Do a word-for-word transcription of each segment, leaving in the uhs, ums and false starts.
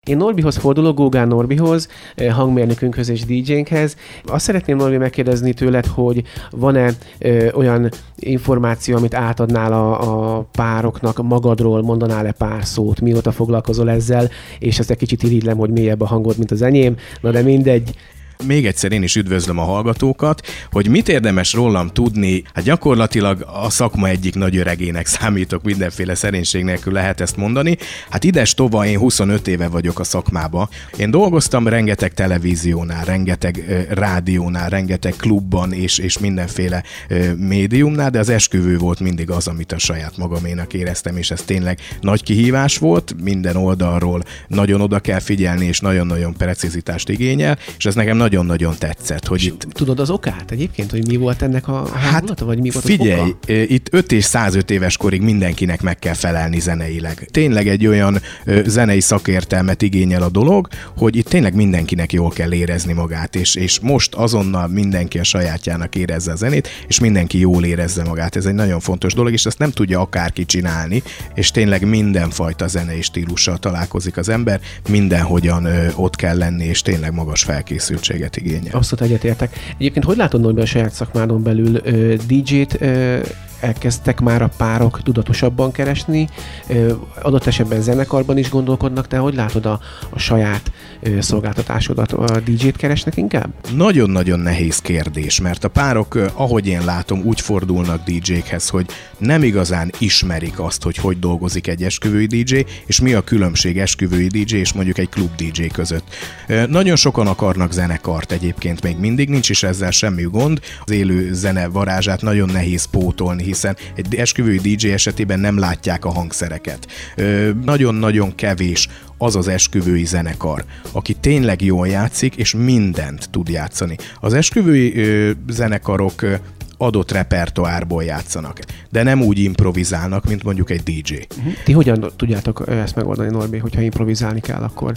Én Norbihoz fordulok, Gógán Norbihoz, hangmérnökünkhöz és dé jénkhez. Azt szeretném, Norbi, megkérdezni tőled, hogy van-e ö, olyan információ, amit átadnál a, a pároknak magadról, mondanál-e pár szót, mióta foglalkozol ezzel, és ezt egy kicsit irigylem, hogy mélyebb a hangod, mint az enyém, na de mindegy. Még egyszer én is üdvözlöm a hallgatókat, hogy mit érdemes rólam tudni. Hát gyakorlatilag a szakma egyik nagy öregének számítok, mindenféle szerénység nélkül lehet ezt mondani. Hát ides tova, én huszonöt éve vagyok a szakmába. Én dolgoztam rengeteg televíziónál, rengeteg ö, rádiónál, rengeteg klubban és, és mindenféle ö, médiumnál, de az esküvő volt mindig az, amit a saját magaménak éreztem, és ez tényleg nagy kihívás volt, minden oldalról nagyon oda kell figyelni, és nagyon-nagyon precizitást igényel, és ez nekem nagyon-nagyon tetszett, hogy itt... Tudod az okát egyébként, hogy mi volt ennek a hangulata, hát, vagy mi volt figyelj, az oka? Itt öt és százöt éves korig mindenkinek meg kell felelni zeneileg. Tényleg egy olyan ö, zenei szakértelmet igényel a dolog, hogy itt tényleg mindenkinek jól kell érezni magát, és, és most azonnal mindenki a sajátjának érezze a zenét, és mindenki jól érezze magát. Ez egy nagyon fontos dolog, és ezt nem tudja akárki csinálni, és tényleg mindenfajta zenei stílussal találkozik az ember, mindenhogyan ö, ott kell lenni, és tényleg magas felkészültség igényel. Abszolút egyetértek. Egyébként hogy látod, hogy a saját szakmádon belül ö, dé jét ö, elkezdtek már a párok tudatosabban keresni, ö, adott esetben zenekarban is gondolkodnak, te hogy látod a, a saját ö, szolgáltatásodat? A dé jét keresnek inkább? Nagyon-nagyon nehéz kérdés, mert a párok, ahogy én látom, úgy fordulnak dé jékhez, hogy nem igazán ismerik azt, hogy hogy dolgozik egy esküvői dé jé, és mi a különbség esküvői dé jé és mondjuk egy klub dé jé között. Nagyon sokan akarnak zenekart egyébként, még mindig nincs is ezzel semmi gond. Az élő zene varázsát nagyon nehéz pótolni, hiszen egy esküvői dé jé esetében nem látják a hangszereket. Nagyon-nagyon kevés az az esküvői zenekar, aki tényleg jól játszik, és mindent tud játszani. Az esküvői ö, zenekarok ö, adott repertoárból játszanak, de nem úgy improvizálnak, mint mondjuk egy dé jé. Uh-huh. Ti hogyan tudjátok ezt megoldani, Norbi, hogyha improvizálni kell, akkor...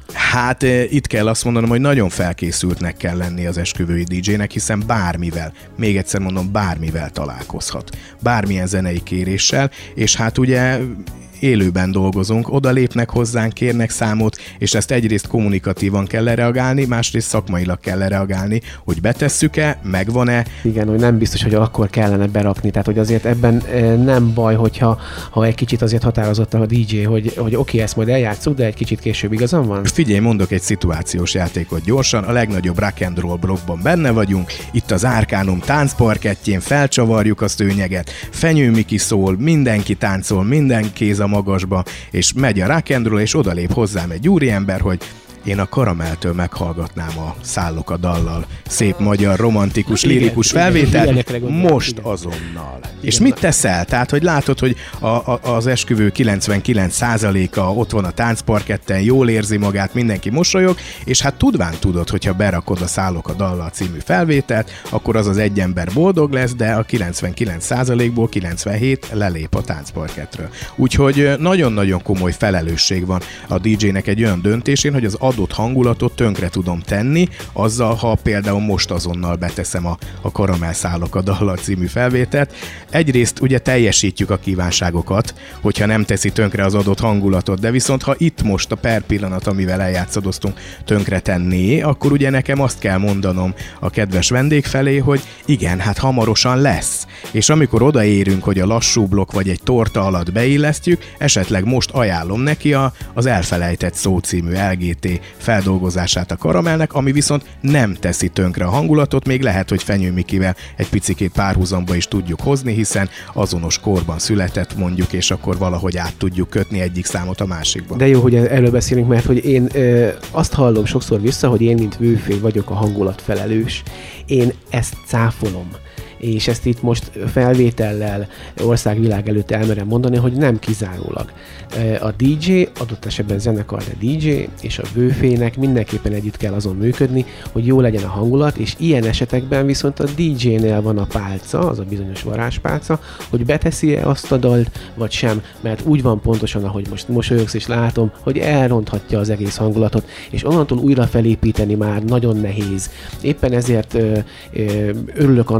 Hát itt kell azt mondanom, hogy nagyon felkészültnek kell lenni az esküvői dé jének, hiszen bármivel, még egyszer mondom, bármivel találkozhat. Bármilyen zenei kéréssel, és hát ugye élőben dolgozunk, oda lépnek hozzánk, kérnek számot, és ezt egyrészt kommunikatívan kell lereagálni, másrészt szakmailag kell lereagálni, hogy betesszük-e, megvan-e. Igen, hogy nem biztos, hogy akkor kellene berakni, tehát hogy azért ebben nem baj, hogyha ha egy kicsit azért határozott a dé jé, hogy, hogy oké, okay, ezt majd eljátszuk, de egy kicsit később igazam van? Figyelj, mondok egy szituációs játékot gyorsan, a legnagyobb rock and roll blokkban benne vagyunk, itt az Arcanum táncparkettjén felcsavarjuk a szőnyeget, Fenyő Miki szól, mindenki táncol, minden kéz a magasba, és megy a rock and roll, és odalép hozzám egy úriember, hogy én a Karamelltől meghallgatnám a Szállok a dallal szép magyar, romantikus, lirikus felvétel, most azonnal. És mit teszel? Tehát, hogy látod, hogy a, a, az esküvő kilencvenkilenc százaléka ott van a táncparketten, jól érzi magát, mindenki mosolyog, és hát tudván tudod, hogyha berakod a Szállok a dallal című felvételt, akkor az az egy ember boldog lesz, de a kilencvenkilenc százalékból kilencvenhét lelép a táncparkettről. Úgyhogy nagyon-nagyon komoly felelősség van a dé jének egy olyan döntésén, hogy az adott hangulatot tönkre tudom tenni, azzal, ha például most azonnal beteszem a, a Karamell Szállok a dallal című felvételt. Egyrészt ugye teljesítjük a kívánságokat, hogyha nem teszi tönkre az adott hangulatot, de viszont ha itt most a per pillanat, amivel eljátszadoztunk, tönkre tenné, akkor ugye nekem azt kell mondanom a kedves vendég felé, hogy igen, hát hamarosan lesz. És amikor odaérünk, hogy a lassú blokk vagy egy torta alatt beillesztjük, esetleg most ajánlom neki a, az Elfelejtett szó című el gé té feldolgozását a Karamellnek, ami viszont nem teszi tönkre a hangulatot, még lehet, hogy Fenyő Mikivel egy picikét párhuzamba is tudjuk hozni, hiszen azonos korban született mondjuk, és akkor valahogy át tudjuk kötni egyik számot a másikba. De jó, hogy erről beszélünk, mert hogy én ö, azt hallom sokszor vissza, hogy én, mint vőfély vagyok a hangulat felelős. Én ezt cáfolom. És ezt itt most felvétellel országvilág előtt elmerem mondani, hogy nem kizárólag. A dé jé, adott esetben zenekar, de dé jé és a vőfének mindenképpen együtt kell azon működni, hogy jó legyen a hangulat, és ilyen esetekben viszont a dé jénél van a pálca, az a bizonyos varázspálca, hogy beteszi-e azt a dalt, vagy sem, mert úgy van pontosan, ahogy most mosolyogsz és látom, hogy elronthatja az egész hangulatot, és onnantól újra felépíteni már nagyon nehéz. Éppen ezért ö, ö, örülök annak, hogyha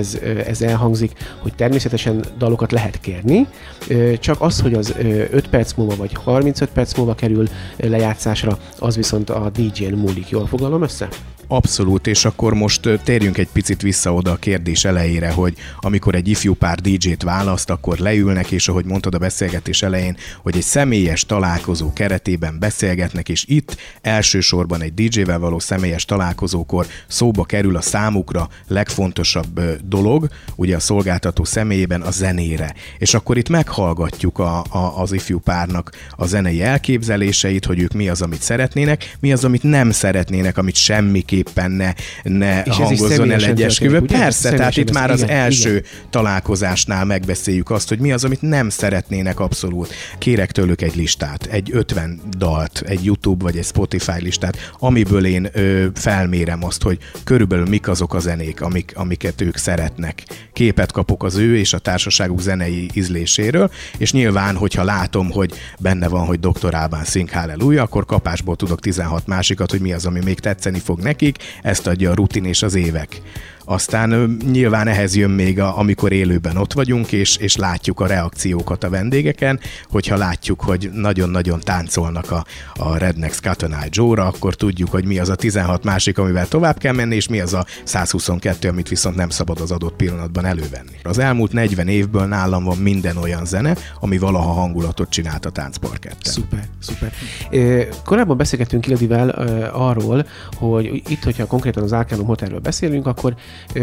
ez, ez elhangzik, hogy természetesen dalokat lehet kérni, csak az, hogy az öt perc múlva vagy harmincöt perc múlva kerül lejátszásra, az viszont a dé dzsén múlik. Jól foglalom össze? Abszolút, és akkor most térjünk egy picit vissza oda a kérdés elejére, hogy amikor egy ifjú pár dé dzsét választ, akkor leülnek, és ahogy mondtad a beszélgetés elején, hogy egy személyes találkozó keretében beszélgetnek, és itt elsősorban egy dé dzsével való személyes találkozókor szóba kerül a számukra legfontosabb dolog, ugye a szolgáltató személyében a zenére. És akkor itt meghallgatjuk a, a, az ifjú párnak a zenei elképzeléseit, hogy ők mi az, amit szeretnének, mi az, amit nem szeretnének, amit semmiképp éppen ne, ne hangozzon el egy esküvő. Persze, tehát itt már az igen, első igen. találkozásnál megbeszéljük azt, hogy mi az, amit nem szeretnének abszolút. Kérek tőlük egy listát, egy ötven dalt, egy YouTube vagy egy Spotify listát, amiből én ö, felmérem azt, hogy körülbelül mik azok a zenék, amik, amiket ők szeretnek. Képet kapok az ő és a társaságuk zenei ízléséről, és nyilván, hogyha látom, hogy benne van, hogy doktor Alban Sing Hallelujah, akkor kapásból tudok tizenhat másikat, hogy mi az, ami még tetszeni fog nekik, ezt adja a rutin és az évek. Aztán nyilván ehhez jön még, a, amikor élőben ott vagyunk, és, és látjuk a reakciókat a vendégeken, hogyha látjuk, hogy nagyon-nagyon táncolnak a, a Rednex Cotton Eye Joe-ra, akkor tudjuk, hogy mi az a tizenhat másik, amivel tovább kell menni, és mi az a százhuszonkettő, amit viszont nem szabad az adott pillanatban elővenni. Az elmúlt negyven évből nálam van minden olyan zene, ami valaha hangulatot csinált a táncparketten. Szuper, szuper. E, korábban beszélgettünk Ildivel e, arról, hogy itt, hogyha konkrétan az Arcanum Hotelről beszélünk, akkor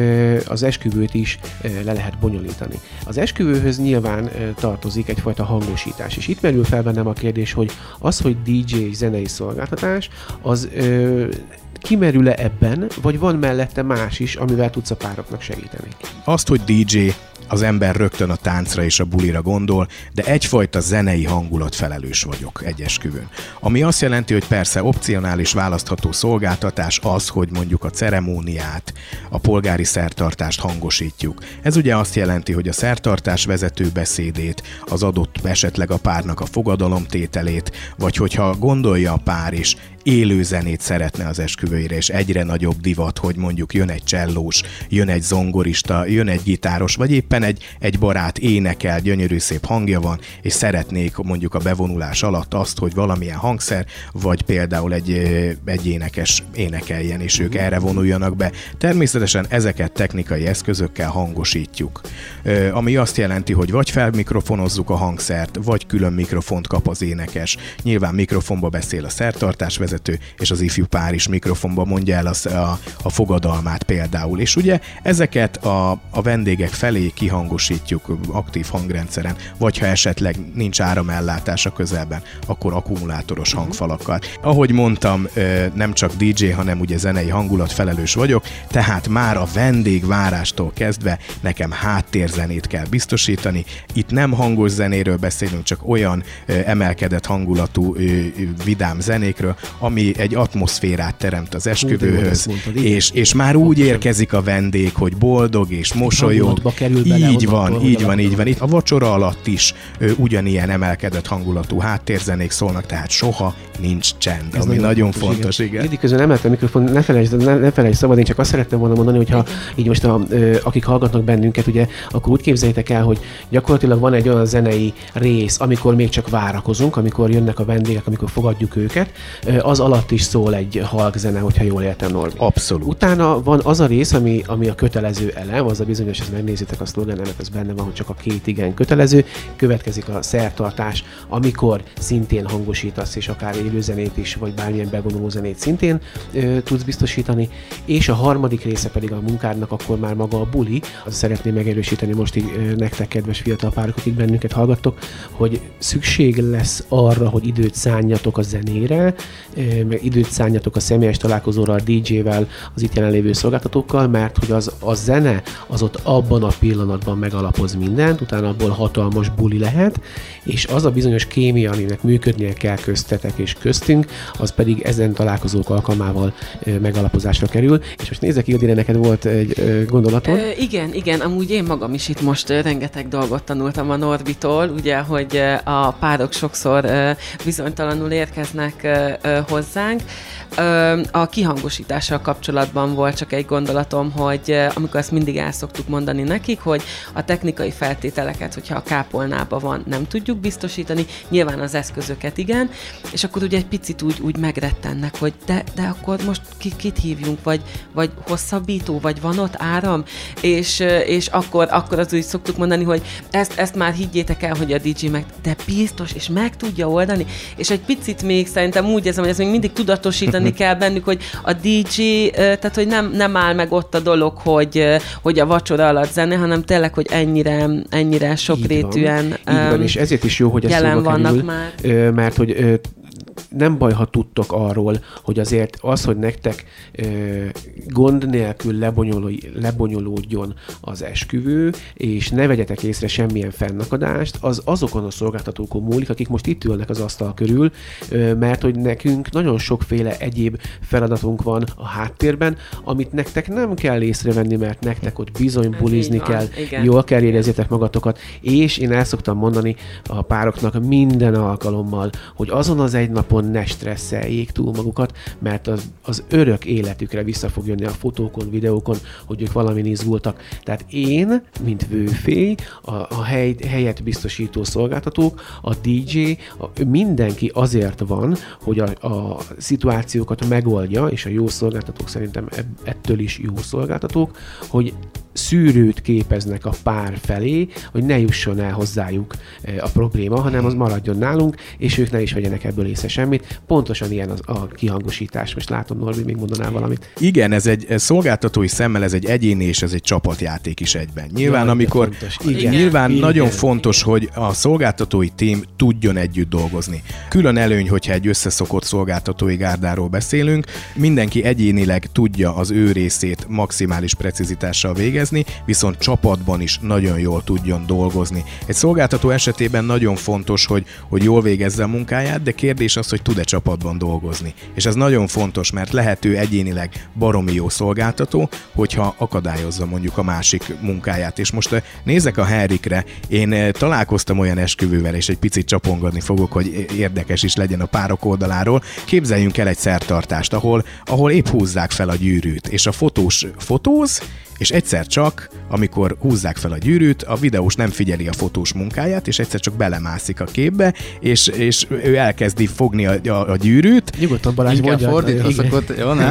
az esküvőt is le lehet bonyolítani. Az esküvőhöz nyilván tartozik egyfajta hangosítás, és itt merül fel bennem a kérdés, hogy az, hogy dé dzsé zenei szolgáltatás, az ö, kimerül-e ebben, vagy van mellette más is, amivel tudsz a pároknak segíteni? Azt, hogy dé dzsé, az ember rögtön a táncra és a bulira gondol, de egyfajta zenei hangulatfelelős vagyok egy esküvőn. Ami azt jelenti, hogy persze opcionális választható szolgáltatás az, hogy mondjuk a ceremóniát, a polgári szertartást hangosítjuk. Ez ugye azt jelenti, hogy a szertartás vezető beszédét, az adott esetleg a párnak a fogadalomtételét, vagy hogyha gondolja a pár is, élő zenét szeretne az esküvőire, és egyre nagyobb divat, hogy mondjuk jön egy csellós, jön egy zongorista, jön egy gitáros, vagy éppen egy, egy barát énekel, gyönyörű szép hangja van, és szeretnék mondjuk a bevonulás alatt azt, hogy valamilyen hangszer, vagy például egy, egy énekes énekeljen, és ők erre vonuljanak be. Természetesen ezeket technikai eszközökkel hangosítjuk. Ami azt jelenti, hogy vagy felmikrofonozzuk a hangszert, vagy külön mikrofont kap az énekes. Nyilván mikrofonba beszél a szertartásvezető, és az ifjú pár is mikrofonba mondja el a, a, a fogadalmát például. És ugye ezeket a, a vendégek felé kihangosítjuk aktív hangrendszeren, vagy ha esetleg nincs áramellátás a közelben, akkor akkumulátoros hangfalakkal. Ahogy mondtam, nem csak dé dzsé, hanem ugye zenei hangulatfelelős vagyok, tehát már a vendégvárástól kezdve nekem háttérzenét kell biztosítani. Itt nem hangos zenéről beszélünk, csak olyan emelkedett hangulatú vidám zenékről, ami egy atmoszférát teremt az esküvőhöz, mondtad, és, és már úgy érkezik a vendég, hogy boldog és mosolyog. Így van, akkor, így van, így van. Itt a vacsora alatt is ö, ugyanilyen emelkedett hangulatú háttérzenék szólnak, tehát soha nincs csend, ez ami nagyon, nagyon fontos, fontos, igen. Mindig közben emelte a mikrofon, ne felejtsd, ne, ne felejtsd szabad, én csak azt szeretném volna mondani, hogyha így most a, ö, akik hallgatnak bennünket, ugye, akkor úgy képzeljétek el, hogy gyakorlatilag van egy olyan zenei rész, amikor még csak várakozunk, amikor jönnek a vendégek, amikor fogadjuk őket, ö, az alatt is szól egy halk zene, hogyha jól értem, Norbi. Abszolút. Utána van az a rész, ami, ami a kötelező elem, az a bizonyos, ezt megnézitek a szlogenemet, ez benne van, hogy csak a két igen kötelező. Következik a szertartás, amikor szintén hangosítasz, és akár élőzenét is, vagy bármilyen bevonuló zenét szintén ö, tudsz biztosítani. És a harmadik része pedig a munkádnak akkor már maga a buli. Azt szeretném megerősíteni most így ö, nektek, kedves fiatal párok, akik bennünket hallgattok, hogy szükség lesz arra, hogy időt szánjatok a zenére, ö, meg időt szánjatok a személyes találkozóra a dé dzsével, az itt jelenlévő szolgáltatókkal, mert hogy az a zene az ott abban a pillanatban megalapoz mindent, utána abból hatalmas buli lehet, és az a bizonyos kémia, aminek működnie kell köztetek és köztünk, az pedig ezen találkozók alkalmával ö, megalapozásra kerül. És most nézzek, Ildire, neked volt egy ö, gondolatod? Ö, igen, igen, amúgy én magam is itt most ö, rengeteg dolgot tanultam a Norbitól, ugye, hogy ö, a párok sokszor ö, bizonytalanul érkeznek ö, ö, hozzánk. A kihangosítással kapcsolatban volt csak egy gondolatom, hogy amikor ezt mindig el szoktuk mondani nekik, hogy a technikai feltételeket, hogyha a kápolnában van, nem tudjuk biztosítani, nyilván az eszközöket igen, és akkor ugye egy picit úgy, úgy megrettennek, hogy de, de akkor most ki, kit hívjunk, vagy, vagy hosszabbító, vagy van ott áram, és, és akkor, akkor az úgy szoktuk mondani, hogy ezt, ezt már higgyétek el, hogy a dé dzsé meg, de biztos, és meg tudja oldani, és egy picit még szerintem úgy érzem, hogy ezt még mindig tudatosítani kell bennük, hogy a dé dzsé, tehát hogy nem, nem áll meg ott a dolog, hogy, hogy a vacsora alatt zene, hanem tényleg, hogy ennyire, ennyire sokrétűen így van. Így van, és ezért is jó, hogy ez jelen szóba vannak kerül, már. Mert hogy nem baj, ha tudtok arról, hogy azért az, hogy nektek ö, gond nélkül lebonyoló, lebonyolódjon az esküvő, és ne vegyetek észre semmilyen fennakadást, az azokon a szolgáltatókon múlik, akik most itt ülnek az asztal körül, ö, mert hogy nekünk nagyon sokféle egyéb feladatunk van a háttérben, amit nektek nem kell észrevenni, mert nektek ott bizony bulizni kell, igen. Jól kell érezzétek magatokat, és én el szoktam mondani a pároknak minden alkalommal, hogy azon az egy napon ne stresszeljék túl magukat, mert az, az örök életükre vissza fog jönni a fotókon, videókon, hogy ők valamin izgultak. Tehát én, mint vőfély, a, a hely, helyet biztosító szolgáltatók, a dé dzsé, a, mindenki azért van, hogy a, a szituációkat megoldja, és a jó szolgáltatók szerintem ettől is jó szolgáltatók, hogy szűrőt képeznek a pár felé, hogy ne jusson el hozzájuk a probléma, hanem az maradjon nálunk, és ők ne is vegyenek ebből észre semmit. Pontosan ilyen az, a kihangosítás. Most látom, Norbi, még mondanál valamit. Igen, ez egy ez szolgáltatói szemmel, ez egy egyéni és ez egy csapatjáték is egyben. Nyilván, ja, amikor igen, nyilván igen. Nagyon fontos, hogy a szolgáltatói tím tudjon együtt dolgozni. Külön előny, hogyha egy összeszokott szolgáltatói gárdáról beszélünk, mindenki egyénileg tudja az ő részét maximális precizitással végezni, viszont csapatban is nagyon jól tudjon dolgozni. Egy szolgáltató esetében nagyon fontos, hogy, hogy jól végezze a munkáját, de kérdés az, hogy tud-e csapatban dolgozni. És ez nagyon fontos, mert lehető egyénileg baromi jó szolgáltató, hogyha akadályozza mondjuk a másik munkáját. És most nézek a Henrikre, én találkoztam olyan esküvővel, és egy picit csapongatni fogok, hogy érdekes is legyen a párok oldaláról. Képzeljünk el egy szertartást, ahol, ahol épp húzzák fel a gyűrűt, és a fotós fotóz, és egyszer csak, amikor húzzák fel a gyűrűt, a videós nem figyeli a fotós munkáját, és egyszer csak belemászik a képbe, és, és ő elkezdi fogni a, a, a gyűrűt. Nyugodtan, Balázs, mondja. Fordítva szokott, jó, nem?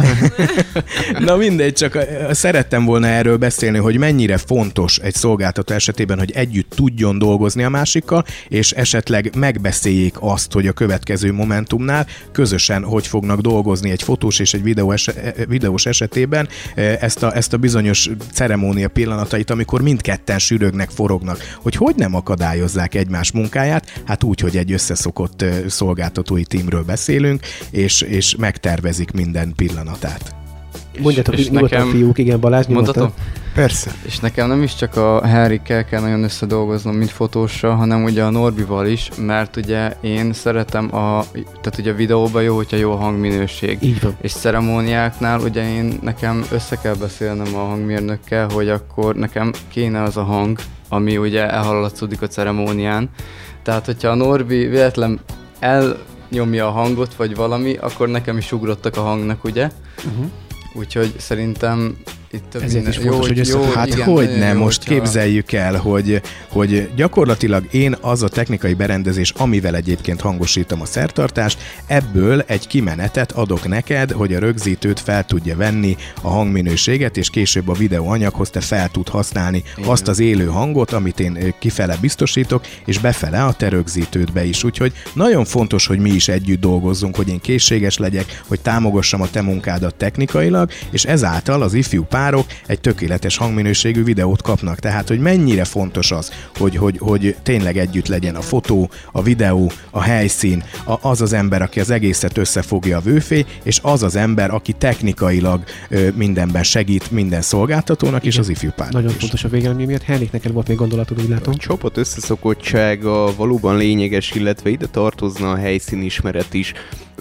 Na mindegy, csak szerettem volna erről beszélni, hogy mennyire fontos egy szolgáltató esetében, hogy együtt tudjon dolgozni a másikkal, és esetleg megbeszéljék azt, hogy a következő momentumnál közösen hogy fognak dolgozni egy fotós és egy videó es- videós esetében ezt a, ezt a bizonyos ceremónia pillanatait, amikor mindketten sürögnek, forognak, hogy hogy nem akadályozzák egymás munkáját, hát úgy, hogy egy összeszokott szolgáltatói tímről beszélünk, és, és megtervezik minden pillanatát. Mondjátok, és nyugodtan nekem... fiúk, igen, Balázs, nyugodtan. Persze. És nekem nem is csak a Henrikkel kell nagyon összedolgoznom, mint fotóssal, hanem ugye a Norbival is, mert ugye én szeretem a, tehát ugye a videóban jó, hogyha jó a hangminőség. Így van. És ceremóniáknál ugye én nekem össze kell beszélnem a hangmérnökkel, hogy akkor nekem kéne az a hang, ami ugye elhallatszódik a ceremónián. Tehát, hogyha a Norbi véletlen elnyomja a hangot, vagy valami, akkor nekem is ugrottak a hangnak, ugye? Uh-huh. Úgyhogy szerintem itt a minden... is fontos, hogy jó, hát igen, hogy nem, most hogyha... képzeljük el, hogy, hogy gyakorlatilag én az a technikai berendezés, amivel egyébként hangosítom a szertartást, ebből egy kimenetet adok neked, hogy a rögzítőt fel tudja venni a hangminőséget, és később a videóanyaghoz te fel tud használni igen. azt az élő hangot, amit én kifele biztosítok, és befele a te rögzítődbe is. Úgyhogy nagyon fontos, hogy mi is együtt dolgozzunk, hogy én készséges legyek, hogy támogassam a te munkádat technikailag, és ezáltal az ifjú párok egy tökéletes hangminőségű videót kapnak. Tehát, hogy mennyire fontos az, hogy, hogy, hogy tényleg együtt legyen a fotó, a videó, a helyszín, a, az az ember, aki az egészet összefogja a vőfély, és az az ember, aki technikailag ö, mindenben segít minden szolgáltatónak, igen. és az ifjú párnak Nagyon is. fontos a végeredmény miatt. Henrik, neked volt még gondolatod, úgy látom. A csapat összeszokottsága valóban lényeges, illetve ide tartozna a helyszínismeret is.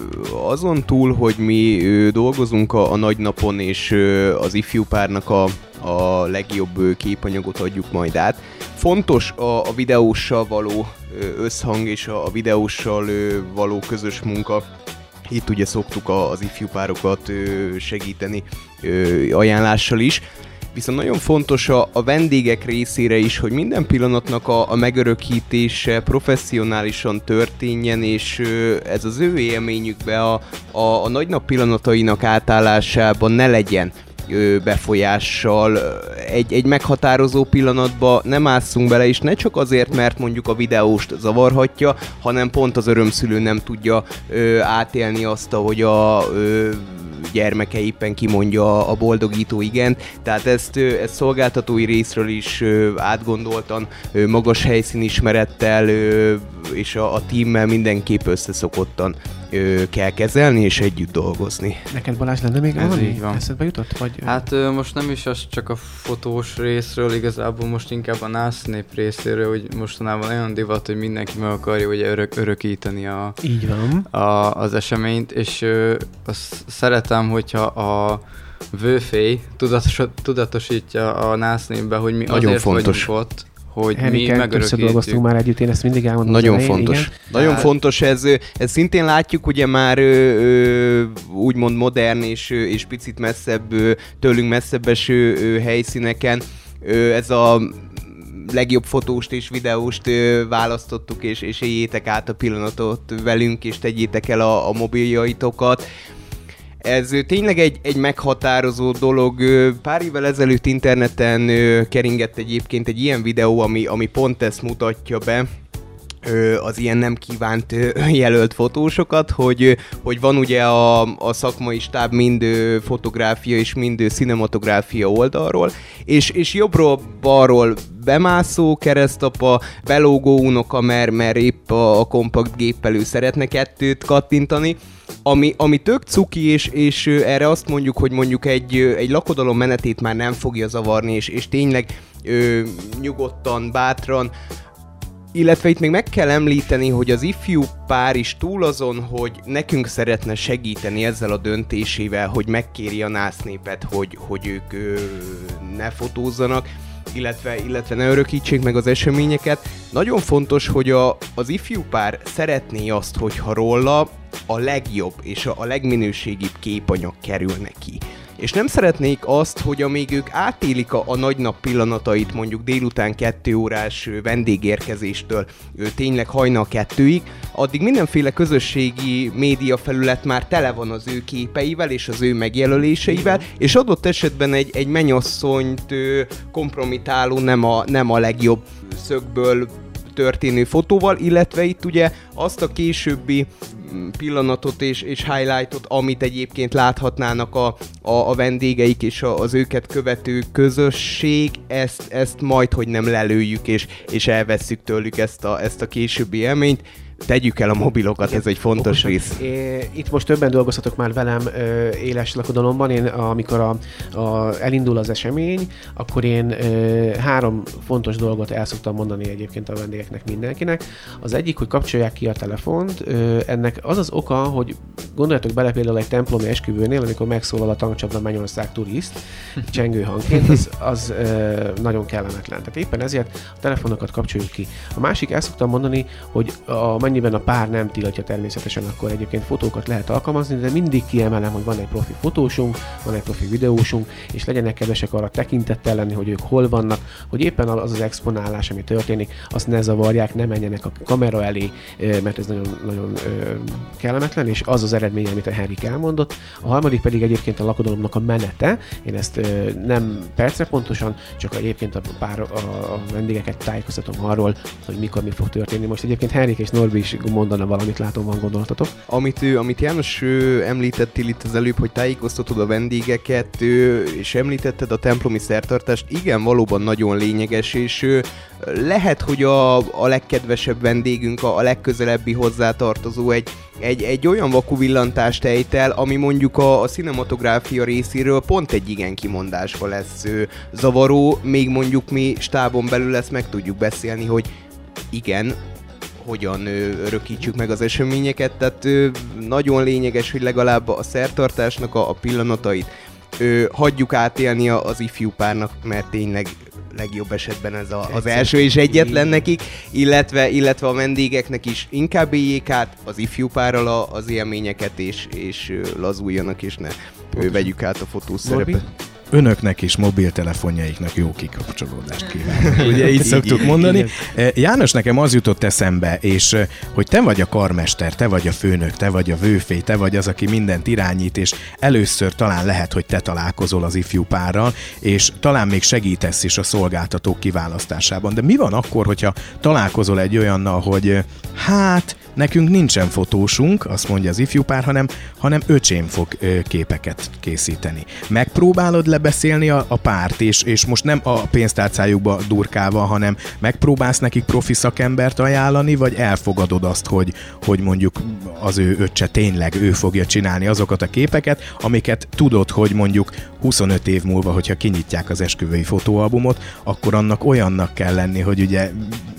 Azon túl, hogy mi ö, dolgozunk a, a nagynapon, és ö, az ifjú párnak a, a legjobb ö, képanyagot adjuk majd át. Fontos a, a videóssal való ö, összhang és a, a videóssal ö, való közös munka. Itt ugye szoktuk az ifjú párokat segíteni ajánlással is. Viszont nagyon fontos a, a vendégek részére is, hogy minden pillanatnak a, a megörökítése professzionálisan történjen, és ez az ő élményükbe a, a, a nagynap pillanatainak átállásában ne legyen befolyással. Egy, egy meghatározó pillanatba nem ásszunk bele, és ne csak azért, mert mondjuk a videóst zavarhatja, hanem pont az örömszülő nem tudja ö, átélni azt, ahogy a ö, gyermeke éppen kimondja a boldogító igent. Tehát ezt, ezt szolgáltatói részről is átgondoltan, magas helyszínismerettel és a, a tímmel mindenképp összeszokottan kell kezelni és együtt dolgozni. Neked Balázs lenne még ez így van. Eszedbe jutott? Vagy... Hát most nem is az csak a fotós részről, igazából most inkább a násznép részéről, hogy mostanában olyan divat, hogy mindenki meg akarja ugye örök, örökíteni a, így van. A, az eseményt, és ö, azt szeretem, hogyha a vőfély tudatos, tudatosítja a násznépbe, hogy mi nagyon azért fontos. vagyunk ott, hogy Henrike, mi megörökítjük. dolgoztunk már együtt, én ezt mindig elmondom. Nagyon elején, fontos. Igen. Nagyon hát... fontos, ez, ez szintén látjuk ugye már ö, ö, úgymond modern és, és picit messzebb, ö, tőlünk messzebb eső helyszíneken. Ö, ez a legjobb fotóst és videóst ö, választottuk, és, és éljétek át a pillanatot velünk, és tegyétek el a, a mobiljaitokat. Ez tényleg egy, egy meghatározó dolog. Pár évvel ezelőtt interneten keringett egyébként egy ilyen videó, ami, ami pont ezt mutatja be, az ilyen nem kívánt jelölt fotósokat, hogy, hogy van ugye a, a szakmai stáb mind fotográfia és mind cinematográfia oldalról, és, és jobbról, balról bemászó keresztapa, belógó unoka, mert, mert épp a, a kompakt géppel ő szeretne kettőt kattintani, Ami, ami tök cuki, és, és erre azt mondjuk, hogy mondjuk egy, egy lakodalom menetét már nem fogja zavarni, és, és tényleg ö, nyugodtan, bátran, illetve itt még meg kell említeni, hogy az ifjú pár is túl azon, hogy nekünk szeretne segíteni ezzel a döntésével, hogy megkéri a násznépet, hogy, hogy ők ö, ne fotózzanak, illetve, illetve ne örökítsék meg az eseményeket. Nagyon fontos, hogy a, az ifjú pár szeretné azt, hogyha róla a legjobb és a, a legminőségibb képanyag kerül neki. És nem szeretnék azt, hogy amíg ők átélik a, a nagynap pillanatait, mondjuk délután kettő órás vendégérkezéstől tényleg hajnal kettőig, addig mindenféle közösségi média felület már tele van az ő képeivel és az ő megjelöléseivel, és adott esetben egy, egy mennyasszonyt kompromitáló, nem a, nem a legjobb szögből történő fotóval, illetve itt ugye azt a későbbi pillanatot és, és highlightot, amit egyébként láthatnának a, a, a vendégeik és a, az őket követő közösség, ezt, ezt majd, hogy nem lelőjük és, és elvesszük tőlük ezt a, ezt a későbbi élményt. Tegyük el a mobilokat, ez egy fontos rész. Itt most többen dolgozhatok már velem ö, éles lakodalomban. Én, amikor a, a, elindul az esemény, akkor én ö, három fontos dolgot el szoktam mondani egyébként a vendégeknek, mindenkinek. Az egyik, hogy kapcsolják ki a telefont. Ö, ennek az az oka, hogy gondoljatok bele például egy templomi esküvőnél, amikor megszólal a tankcsapda Mennyország turiszt, csengő hangként, az, az ö, nagyon kellemetlen. Tehát éppen ezért a telefonokat kapcsoljuk ki. A másik, el szoktam mondani, hogy a mennyiben a pár nem tiltja természetesen, akkor egyébként fotókat lehet alkalmazni, de mindig kiemelem, hogy van egy profi fotósunk, van egy profi videósunk, és legyenek kedvesek arra tekintettel lenni, hogy ők hol vannak, hogy éppen az az exponálás, ami történik, azt ne zavarják, ne menjenek a kamera elé, mert ez nagyon, nagyon kellemetlen, és az az eredmény, amit a Henrike elmondott. A harmadik pedig egyébként a lakodalomnak a menete. Én ezt nem percre pontosan, csak egyébként a pár a, a vendégeket tájékoztatom arról, hogy mikor mi fog történni. Most egyébként Henrike és Norbi is mondana valamit, látom, van gondolatotok. Amit, amit János említettél itt az előbb, hogy tájékoztatod a vendégeket, és említetted a templomi szertartást, igen, valóban nagyon lényeges, és lehet, hogy a, a legkedvesebb vendégünk, a, a legközelebbi hozzátartozó egy, egy, egy olyan vakuvillantást ejt el, ami mondjuk a, a cinematográfia részéről pont egy igen kimondásba lesz zavaró, még mondjuk mi stábon belül ezt meg tudjuk beszélni, hogy igen, hogyan örökítsük meg az eseményeket, tehát ö, nagyon lényeges, hogy legalább a szertartásnak a, a pillanatait ö, hagyjuk átélni az ifjú párnak, mert tényleg legjobb esetben ez a, az első és egyetlen nekik, illetve, illetve a vendégeknek is inkább éljék át az ifjú párral a, az élményeket, és, és lazuljanak, és ne ő, vegyük át a fotós szerepet. Önöknek is mobiltelefonjaiknak jó kikapcsolódást kívánok. Ugye így szoktuk mondani. János, nekem az jutott eszembe, és hogy te vagy a karmester, te vagy a főnök, te vagy a vőfély, te vagy az, aki mindent irányít, és először talán lehet, hogy te találkozol az ifjú párral, és talán még segítesz is a szolgáltatók kiválasztásában. De mi van akkor, hogyha találkozol egy olyannal, hogy hát nekünk nincsen fotósunk, azt mondja az ifjú pár, hanem, hanem öcsém fog ö, képeket készíteni. Megpróbálod lebeszélni a, a párt, és, és most nem a pénztárcájukba durkálva, hanem megpróbálsz nekik profi szakembert ajánlani, vagy elfogadod azt, hogy, hogy mondjuk az ő öccse tényleg ő fogja csinálni azokat a képeket, amiket tudod, hogy mondjuk huszonöt év múlva, hogyha kinyitják az esküvői fotóalbumot, akkor annak olyannak kell lenni, hogy ugye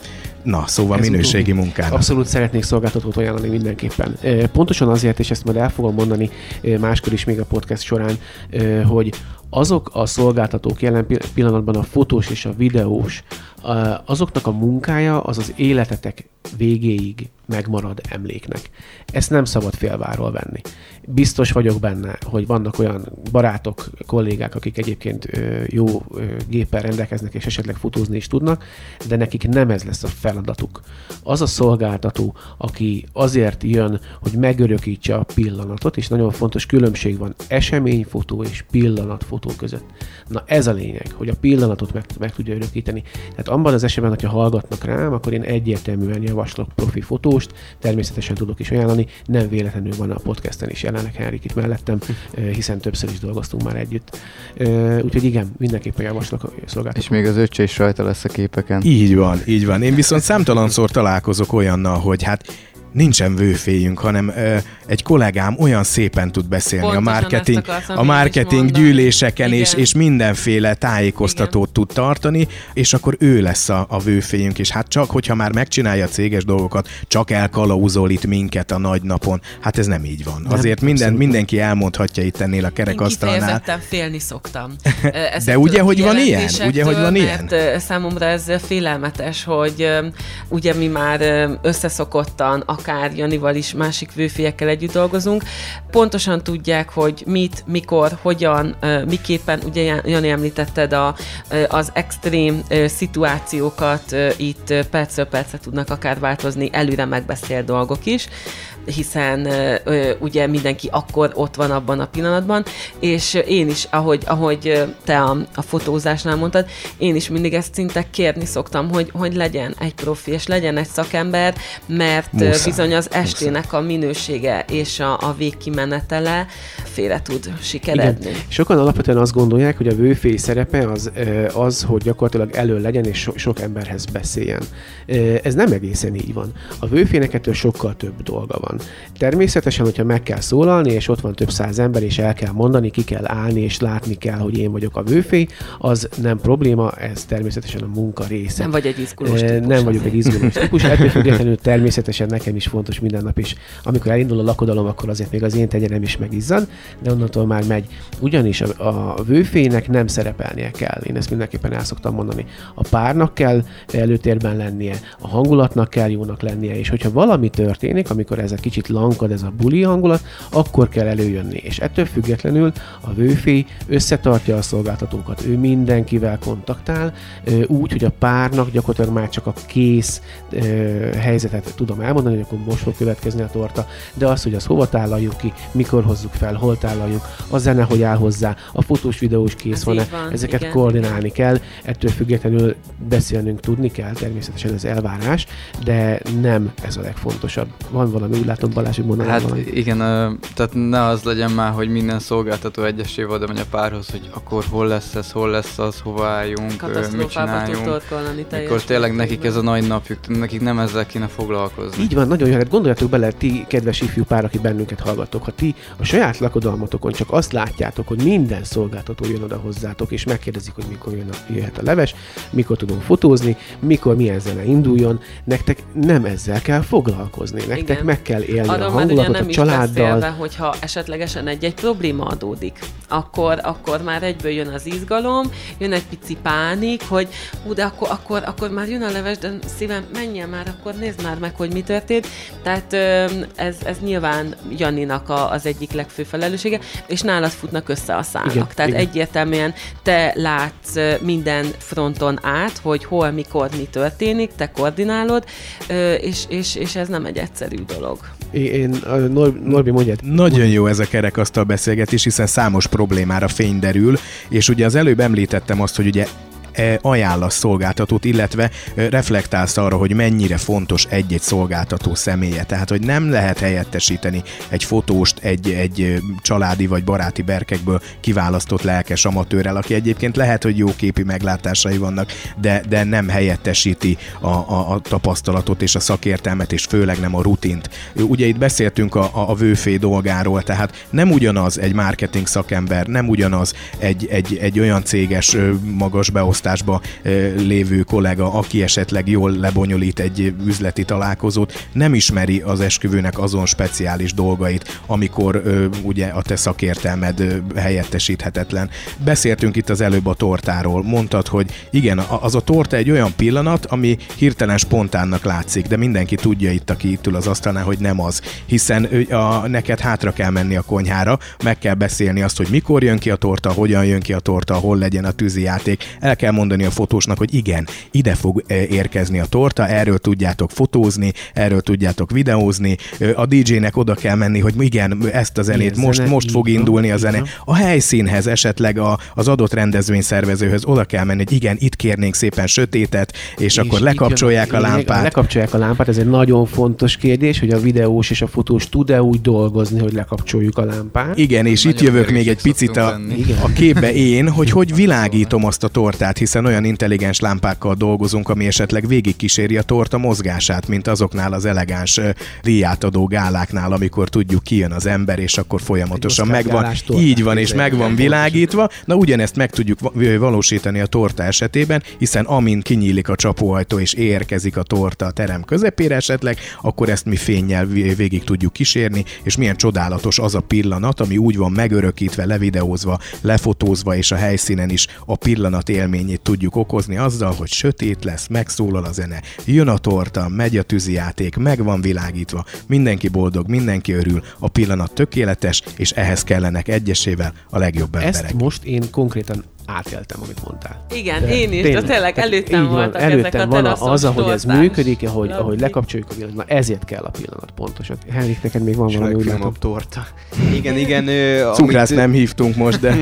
na, szóval ez minőségi munkának. Abszolút szeretnék szolgáltatót ajánlani mindenképpen. Pontosan azért, és ezt majd el fogom mondani máskor is még a podcast során, hogy azok a szolgáltatók jelen pillanatban a fotós és a videós, azoknak a munkája az az életetek végéig megmarad emléknek. Ezt nem szabad félváról venni. Biztos vagyok benne, hogy vannak olyan barátok, kollégák, akik egyébként jó géppel rendelkeznek, és esetleg fotózni is tudnak, de nekik nem ez lesz a feladatuk. Az a szolgáltató, aki azért jön, hogy megörökítse a pillanatot, és nagyon fontos különbség van eseményfotó és pillanatfotó között. Na ez a lényeg, hogy a pillanatot meg, meg tudja örökíteni. Tehát abban az esetben, hogyha hallgatnak rám, akkor én egyértelműen javaslok profi fotóst, természetesen tudok is ajánlani, nem véletlenül van a podcasten is jelenleg Henrik itt mellettem, hiszen többször is dolgoztunk már együtt. Úgyhogy igen, mindenképpen javaslok a szolgáltatót. És még az öccse is rajta lesz a képeken. Így van, így van. Én viszont számtalanszor találkozok olyannal, hogy hát nincsen vőfélyünk, hanem ö, egy kollégám olyan szépen tud beszélni pontosan a marketing, a marketing gyűléseken, és, és mindenféle tájékoztatót igen. tud tartani, és akkor ő lesz a, a vőfélyünk, és hát csak, hogyha már megcsinálja a céges dolgokat, csak elkalauzol itt minket a nagy napon, hát ez nem így van. Nem, Azért minden, mindenki elmondhatja itt ennél a kerekasztalnál. Én kifejezetten félni szoktam. De ugye, hogy van ilyen? Ugye, hogy van ilyen? Számomra ez félelmetes, hogy ugye mi már összeszokottan, akár Janival is, másik vőfélyekkel együtt dolgozunk. Pontosan tudják, hogy mit, mikor, hogyan, miképpen, ugye Jani említetted a, az extrém szituációkat, itt percről percre tudnak akár változni, előre megbeszélt dolgok is, hiszen ö, ugye mindenki akkor ott van abban a pillanatban, és én is, ahogy, ahogy te a, a fotózásnál mondtad, én is mindig ezt szinte kérni szoktam, hogy, hogy legyen egy profi, és legyen egy szakember, mert Muszáj. bizony az estének Muszáj. a minősége és a, a végkimenetele félre tud sikeredni. Igen. Sokan alapvetően azt gondolják, hogy a vőfély szerepe az, az, hogy gyakorlatilag elő legyen, és so, sok emberhez beszéljen. Ez nem egészen így van. A vőfének ettől sokkal több dolga van. Természetesen, hogyha meg kell szólalni, és ott van több száz ember, és el kell mondani, ki kell állni, és látni kell, hogy én vagyok a vőfély, az nem probléma, ez természetesen a munka része. Nem vagy egy izgulós típus. Nem vagyok egy izgulós típus, ettől függetlenül természetesen nekem is fontos minden nap is. Amikor elindul a lakodalom, akkor azért még az én tenyerem is megizzad, de onnantól már megy. Ugyanis a, a vőfélynek nem szerepelnie kell. Én ezt mindenképpen el szoktam mondani. A párnak kell előtérben lennie, a hangulatnak kell jónak lennie, és hogyha valami történik, amikor ez a kicsit lankad, ez a buli hangulat, akkor kell előjönni. És ettől függetlenül a vőfély összetartja a szolgáltatókat. Ő mindenkivel kontaktál, úgy, hogy a párnak gyakorlatilag már csak a kész helyzetet tudom elmondani, hogy akkor most fog következni a torta, de az, hogy az hova tálaljuk ki, mikor hozzuk fel, hol tálaljuk, a zene, hogy áll hozzá, a fotós, videós kész van-e, van, ezeket igen, koordinálni igen. kell, ettől függetlenül beszélnünk tudni kell, természetesen ez elvárás, de nem ez a legfontosabb. Van valami, úgy látom, Balázs, hogy mondaná Hát valami. igen, tehát ne az legyen már, hogy minden szolgáltató egyesével oda megy a párhoz, hogy akkor hol lesz ez, hol lesz az, hova álljunk, mit csináljunk. Akkor tényleg nekik ez a nagy napjuk, nekik nem ezzel kéne foglalkozni. Így van, nagyon jó, hát gondoljatok bele, ti kedves ifjú pár, aki bennünket hallgattok, ha ti a saját lakodalmatokon csak azt látjátok, hogy minden szolgáltató jön oda hozzátok, és megkérdezik, hogy mikor jön a, jöhet a leves, mikor tudunk fotózni, mikor milyen zene induljon, nektek nem ezzel kell foglalkozni, nektek Igen. meg kell élni Arra a hangulatot nem a családdal. Beszélve, hogyha esetlegesen egy-egy probléma adódik, akkor, akkor már egyből jön az izgalom, jön egy pici pánik, hogy hú, de akkor, akkor, akkor már jön a leves, de szívem, menjen már, akkor nézd már meg, hogy mi történt. Tehát ez, ez nyilván Janinak a, az egyik legfőbb felelőssége, és nálad futnak össze a szálak. Igen, Tehát igen. egyértelműen te látsz minden fronton át, hogy hol, mikor, mi történik, te koordinálod, és, és, és ez nem egy egyszerű dolog. Én, Nor- Norbi, mondjad. Nagyon jó ez a kerekasztal beszélgetés, hiszen számos problémára fény derül, és ugye az előbb említettem azt, hogy ugye ajánlasz szolgáltatót, illetve reflektálsz arra, hogy mennyire fontos egy-egy szolgáltató személye. Tehát, hogy nem lehet helyettesíteni egy fotóst egy, egy családi vagy baráti berkekből kiválasztott lelkes amatőrrel, aki egyébként lehet, hogy jó képi meglátásai vannak, de, de nem helyettesíti a, a, a tapasztalatot és a szakértelmet, és főleg nem a rutint. Ugye itt beszéltünk a, a, a vőfé dolgáról, tehát nem ugyanaz egy marketing szakember, nem ugyanaz egy, egy, egy olyan céges magas beosztás lévő kollega, aki esetleg jól lebonyolít egy üzleti találkozót, nem ismeri az esküvőnek azon speciális dolgait, amikor ö, ugye a te szakértelmed ö, helyettesíthetetlen. Beszéltünk itt az előbb a tortáról. Mondtad, hogy igen, az a torta egy olyan pillanat, ami hirtelen spontánnak látszik, de mindenki tudja itt, aki itt ül az asztalnál, hogy nem az. Hiszen ö, a, neked hátra kell menni a konyhára, meg kell beszélni azt, hogy mikor jön ki a torta, hogyan jön ki a torta, hol legyen a tűzijáték. El kell mondani a fotósnak, hogy igen, ide fog érkezni a torta, erről tudjátok fotózni, erről tudjátok videózni, a dé jének oda kell menni, hogy igen, ezt a zenét Ilyen most, zene, most fog így indulni van, a zene. így van. A helyszínhez, esetleg a, az adott rendezvényszervezőhöz oda kell menni, hogy igen, itt kérnénk szépen sötétet, és, és akkor lekapcsolják a lámpát. Lekapcsolják a lámpát, ez egy nagyon fontos kérdés, hogy a videós és a fotós tud-e úgy dolgozni, hogy lekapcsoljuk a lámpát. Igen, és Nagyon itt jövök erősek még egy picit a, szoktunk a képbe én, hogy hogy világítom azt a tortát, hiszen olyan intelligens lámpákkal dolgozunk, ami esetleg végigkíséri a torta mozgását, mint azoknál az elegáns díját adó gáláknál, amikor tudjuk, kijön az ember, és akkor folyamatosan megvan. Így van, és meg van világítva. Na ugyanezt meg tudjuk valósítani a torta esetében, hiszen amint kinyílik a csapóajtó, és érkezik a torta a terem közepére esetleg, akkor ezt mi fénnyel végig tudjuk kísérni, és milyen csodálatos az a pillanat, ami úgy van megörökítve, levideózva, lefotózva, és a helyszínen is a pillanat élményét tudjuk okozni azzal, hogy sötét lesz, megszólal a zene, jön a torta, megy a tűzijáték, meg van világítva, mindenki boldog, mindenki örül, a pillanat tökéletes, és ehhez kellenek egyesével a legjobb emberek. Ezt most én konkrétan átéltem, amit mondtál. Igen, de én is, tényleg. De tényleg előttem így van, voltak előttem ezek a van teraszos az, ahogy ez tortás. működik, ahogy, ahogy lekapcsoljuk a pillanat. Na ezért kell a pillanat pontosan. Henrik, neked még van valami, úgy látom. torta. Igen, igen. Ö, Cukrász amit, nem hívtunk most, de...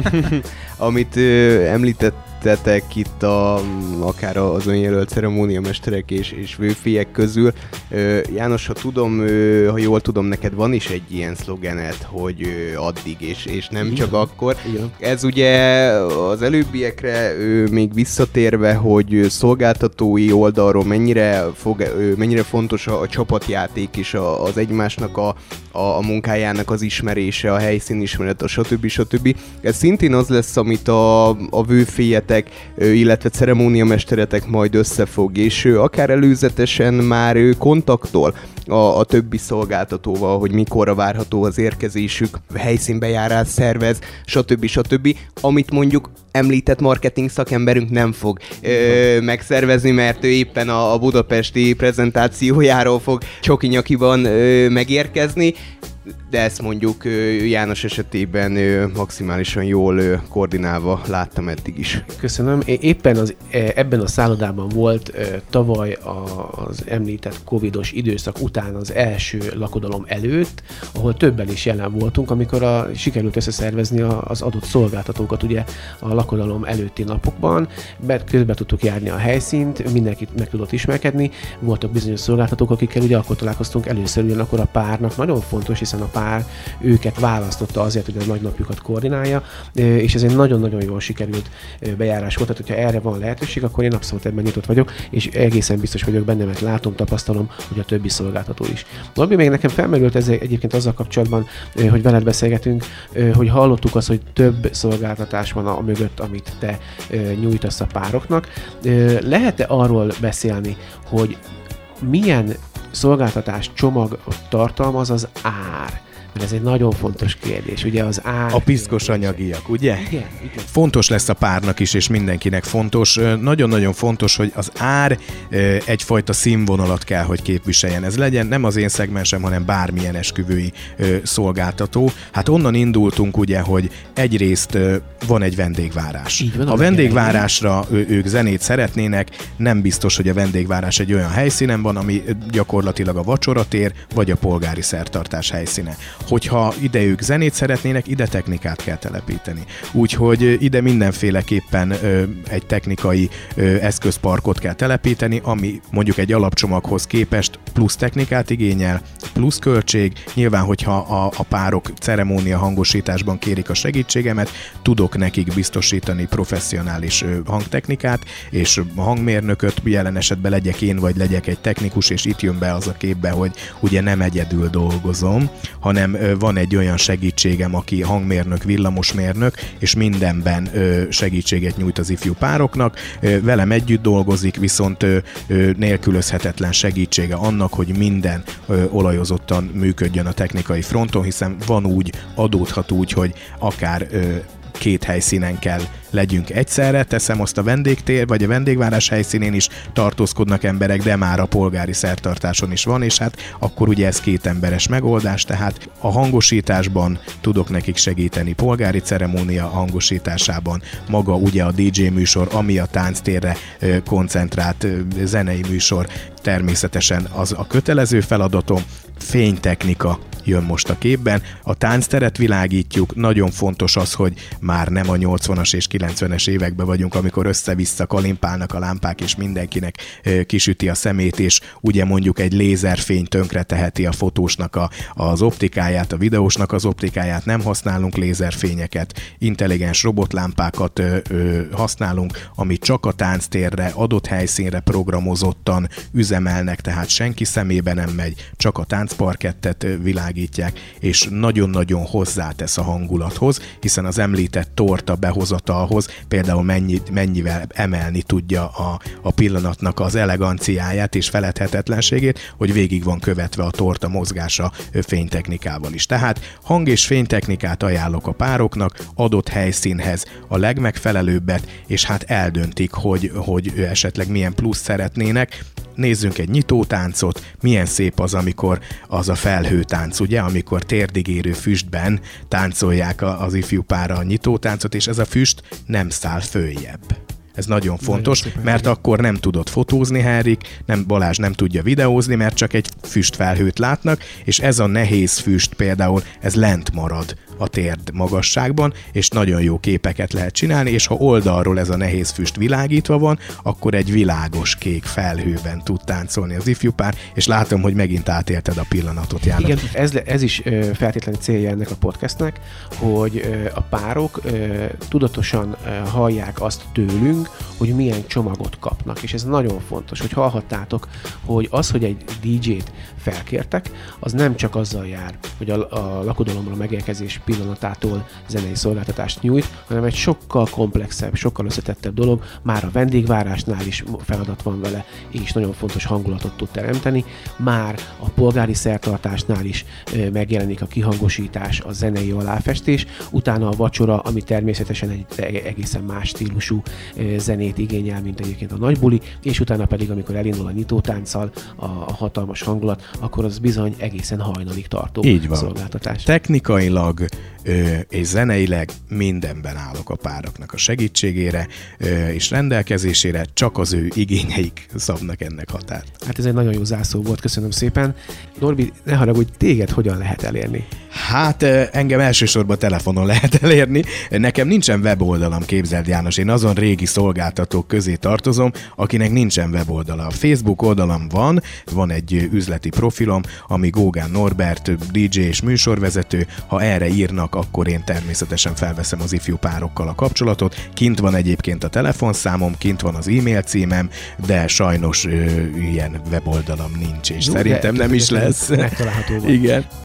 amit ö, említettetek itt a, akár az önjelölt ceremóniamesterek és, és vőfiek közül. Ö, János, ha tudom, ö, ha jól tudom, neked van is egy ilyen szlogened, hogy ö, addig, és, és nem csak akkor. Igen. Ez ugye az előbbiekre ö, még visszatérve, hogy szolgáltatói oldalról mennyire, fog, ö, mennyire fontos a, a csapatjáték és a, az egymásnak a, a, a munkájának az ismerése, a helyszínismeret, a stb. stb. Ez szintén az lesz, amit a, a vőféjetek, ö, illetve ceremóniamesteretek majd összefog, és ö, akár előzetesen már ö, kontaktol a, a többi szolgáltatóval, hogy mikorra várható az érkezésük, helyszínbejárás szervez, stb. stb. Amit mondjuk említett marketing szakemberünk nem fog ö, megszervezni, mert ő éppen a, a budapesti prezentációjáról fog csoki-nyakiban ö, megérkezni, de ezt mondjuk ö, János esetében ö, maximálisan jól ö, koordinálva láttam eddig is. Köszönöm. É- éppen az, ebben a szállodában volt e, tavaly a, az említett covidos időszak után az első lakodalom előtt, ahol többen is jelen voltunk, amikor a, sikerült összeszervezni a, az adott szolgáltatókat ugye a lakodalom előtti napokban, be, közben tudtuk járni a helyszínt, mindenkit meg tudott ismerkedni, voltak bizonyos szolgáltatók, akikkel ugye akkor találkoztunk először, ugyanakkor a párnak nagyon fontos, hiszen hiszen a pár őket választotta azért, hogy a nagynapjukat koordinálja, és ez egy nagyon-nagyon jól sikerült bejárás volt, tehát hogyha erre van lehetőség, akkor én abszolút ebben nyitott vagyok, és egészen biztos vagyok benne, mert látom, tapasztalom, hogy a többi szolgáltató is. Norbi, még nekem felmerült ez egyébként azzal kapcsolatban, hogy veled beszélgetünk, hogy hallottuk azt, hogy több szolgáltatás van a mögött, amit te nyújtasz a pároknak. Lehet-e arról beszélni, hogy milyen szolgáltatás csomag tartalmaz az ár? Mert ez egy nagyon fontos kérdés, ugye az ár... A piszkos anyagiak, ugye? Igen, igen. Fontos lesz a párnak is, és mindenkinek fontos. Nagyon-nagyon fontos, hogy az ár egyfajta színvonalat kell, hogy képviseljen. Ez legyen nem az én szegmensem, hanem bármilyen esküvői szolgáltató. Hát onnan indultunk ugye, hogy egyrészt van egy vendégvárás. Így van, a vendégvárásra ők zenét szeretnének, nem biztos, hogy a vendégvárás egy olyan helyszínen van, ami gyakorlatilag a vacsoratér, vagy a polgári szertartás helyszíne. Hogyha ide ők zenét szeretnének, ide technikát kell telepíteni. Úgyhogy ide mindenféleképpen ö, egy technikai ö, eszközparkot kell telepíteni, ami mondjuk egy alapcsomaghoz képest plusz technikát igényel, plusz költség. Nyilván, hogyha a, a párok ceremónia hangosításban kérik a segítségemet, tudok nekik biztosítani professzionális ö, hangtechnikát, és a hangmérnököt, jelen esetben legyek én, vagy legyek egy technikus, és itt jön be az a képbe, hogy ugye nem egyedül dolgozom, hanem van egy olyan segítségem, aki hangmérnök, villamosmérnök, és mindenben segítséget nyújt az ifjú pároknak. Velem együtt dolgozik, viszont nélkülözhetetlen segítsége annak, hogy minden olajozottan működjön a technikai fronton, hiszen van úgy, adódhat úgy, hogy akár két helyszínen kell legyünk egyszerre, teszem azt a vendégtér, vagy a vendégvárás helyszínén is tartózkodnak emberek, de már a polgári szertartáson is van, és hát akkor ugye ez két emberes megoldás, tehát a hangosításban tudok nekik segíteni, polgári ceremónia hangosításában, maga ugye a dé dzsé műsor, ami a tánctérre koncentrált zenei műsor, természetesen az a kötelező feladatom, fénytechnika jön most a képben. A táncteret világítjuk, nagyon fontos az, hogy már nem a nyolcvanas és kilencvenes években vagyunk, amikor össze-vissza kalimpálnak a lámpák, és mindenkinek kisüti a szemét, és ugye mondjuk egy lézerfény tönkre teheti a fotósnak a, az optikáját, a videósnak az optikáját, nem használunk lézerfényeket, intelligens robotlámpákat ö, ö, használunk, amit csak a tánctérre, adott helyszínre programozottan üzemelnek, tehát senki szemébe nem megy, csak a táncparkettet világítják, és nagyon-nagyon hozzátesz a hangulathoz, hiszen az említett torta behozatalhoz például mennyi, mennyivel emelni tudja a, a pillanatnak az eleganciáját és feledhetetlenségét, hogy végig van követve a torta mozgása fénytechnikával is. Tehát hang- és fénytechnikát ajánlok a pároknak, adott helyszínhez a legmegfelelőbbet, és hát eldöntik, hogy, hogy esetleg milyen plusz szeretnének. Nézzünk egy nyitótáncot, milyen szép az, amikor az a felhőtánc, ugye, amikor térdigérő füstben táncolják az ifjú pár a nyitótáncot, és ez a füst nem száll följebb. Ez nagyon fontos, nagyon mert igen. Akkor nem tudod fotózni, Henrik, nem, Balázs nem tudja videózni, mert csak egy füstfelhőt látnak, és ez a nehéz füst például, ez lent marad a térd magasságban, és nagyon jó képeket lehet csinálni, és ha oldalról ez a nehéz füst világítva van, akkor egy világos kék felhőben tud táncolni az ifjú pár, és látom, hogy megint átélted a pillanatot, János. Igen, ez, ez is ö, feltétlenül célja ennek a podcastnek, hogy ö, a párok ö, tudatosan ö, hallják azt tőlünk, hogy milyen csomagot kapnak, és ez nagyon fontos, hogy hallhattátok, hogy az, hogy egy dé dzsét felkértek, az nem csak azzal jár, hogy a, a lakodalomra megérkezés pillanatától zenei szolgáltatást nyújt, hanem egy sokkal komplexebb, sokkal összetettebb dolog, már a vendégvárásnál is feladat van vele, és nagyon fontos hangulatot tud teremteni, már a polgári szertartásnál is ö, megjelenik a kihangosítás, a zenei aláfestés, utána a vacsora, ami természetesen egy egészen más stílusú ö, zenét igényel, mint egyébként a nagybuli, és utána pedig, amikor elindul a nyitótánccal a, a hatalmas hangulat, akkor az bizony egészen hajnalig tartó így van. Szolgáltatás. Technikailag ö, és zeneileg mindenben állok a pároknak a segítségére ö, és rendelkezésére, csak az ő igényeik szabnak ennek határt. Hát ez egy nagyon jó zászló volt, köszönöm szépen. Norbi, ne haragudj, téged hogyan lehet elérni? Hát engem elsősorban telefonon lehet elérni. Nekem nincsen weboldalam, képzeld János, én azon régi szolgáltatás szolgáltatók közé tartozom, akinek nincsen weboldala. A Facebook oldalam van, van egy üzleti profilom, ami Gógán Norbert, dé dzsé és műsorvezető. Ha erre írnak, akkor én természetesen felveszem az ifjú párokkal a kapcsolatot. Kint van egyébként a telefonszámom, kint van az e-mail címem, de sajnos ö, ilyen weboldalam nincs, és Jó, szerintem nem is lesz. Megtalálható van. Igen.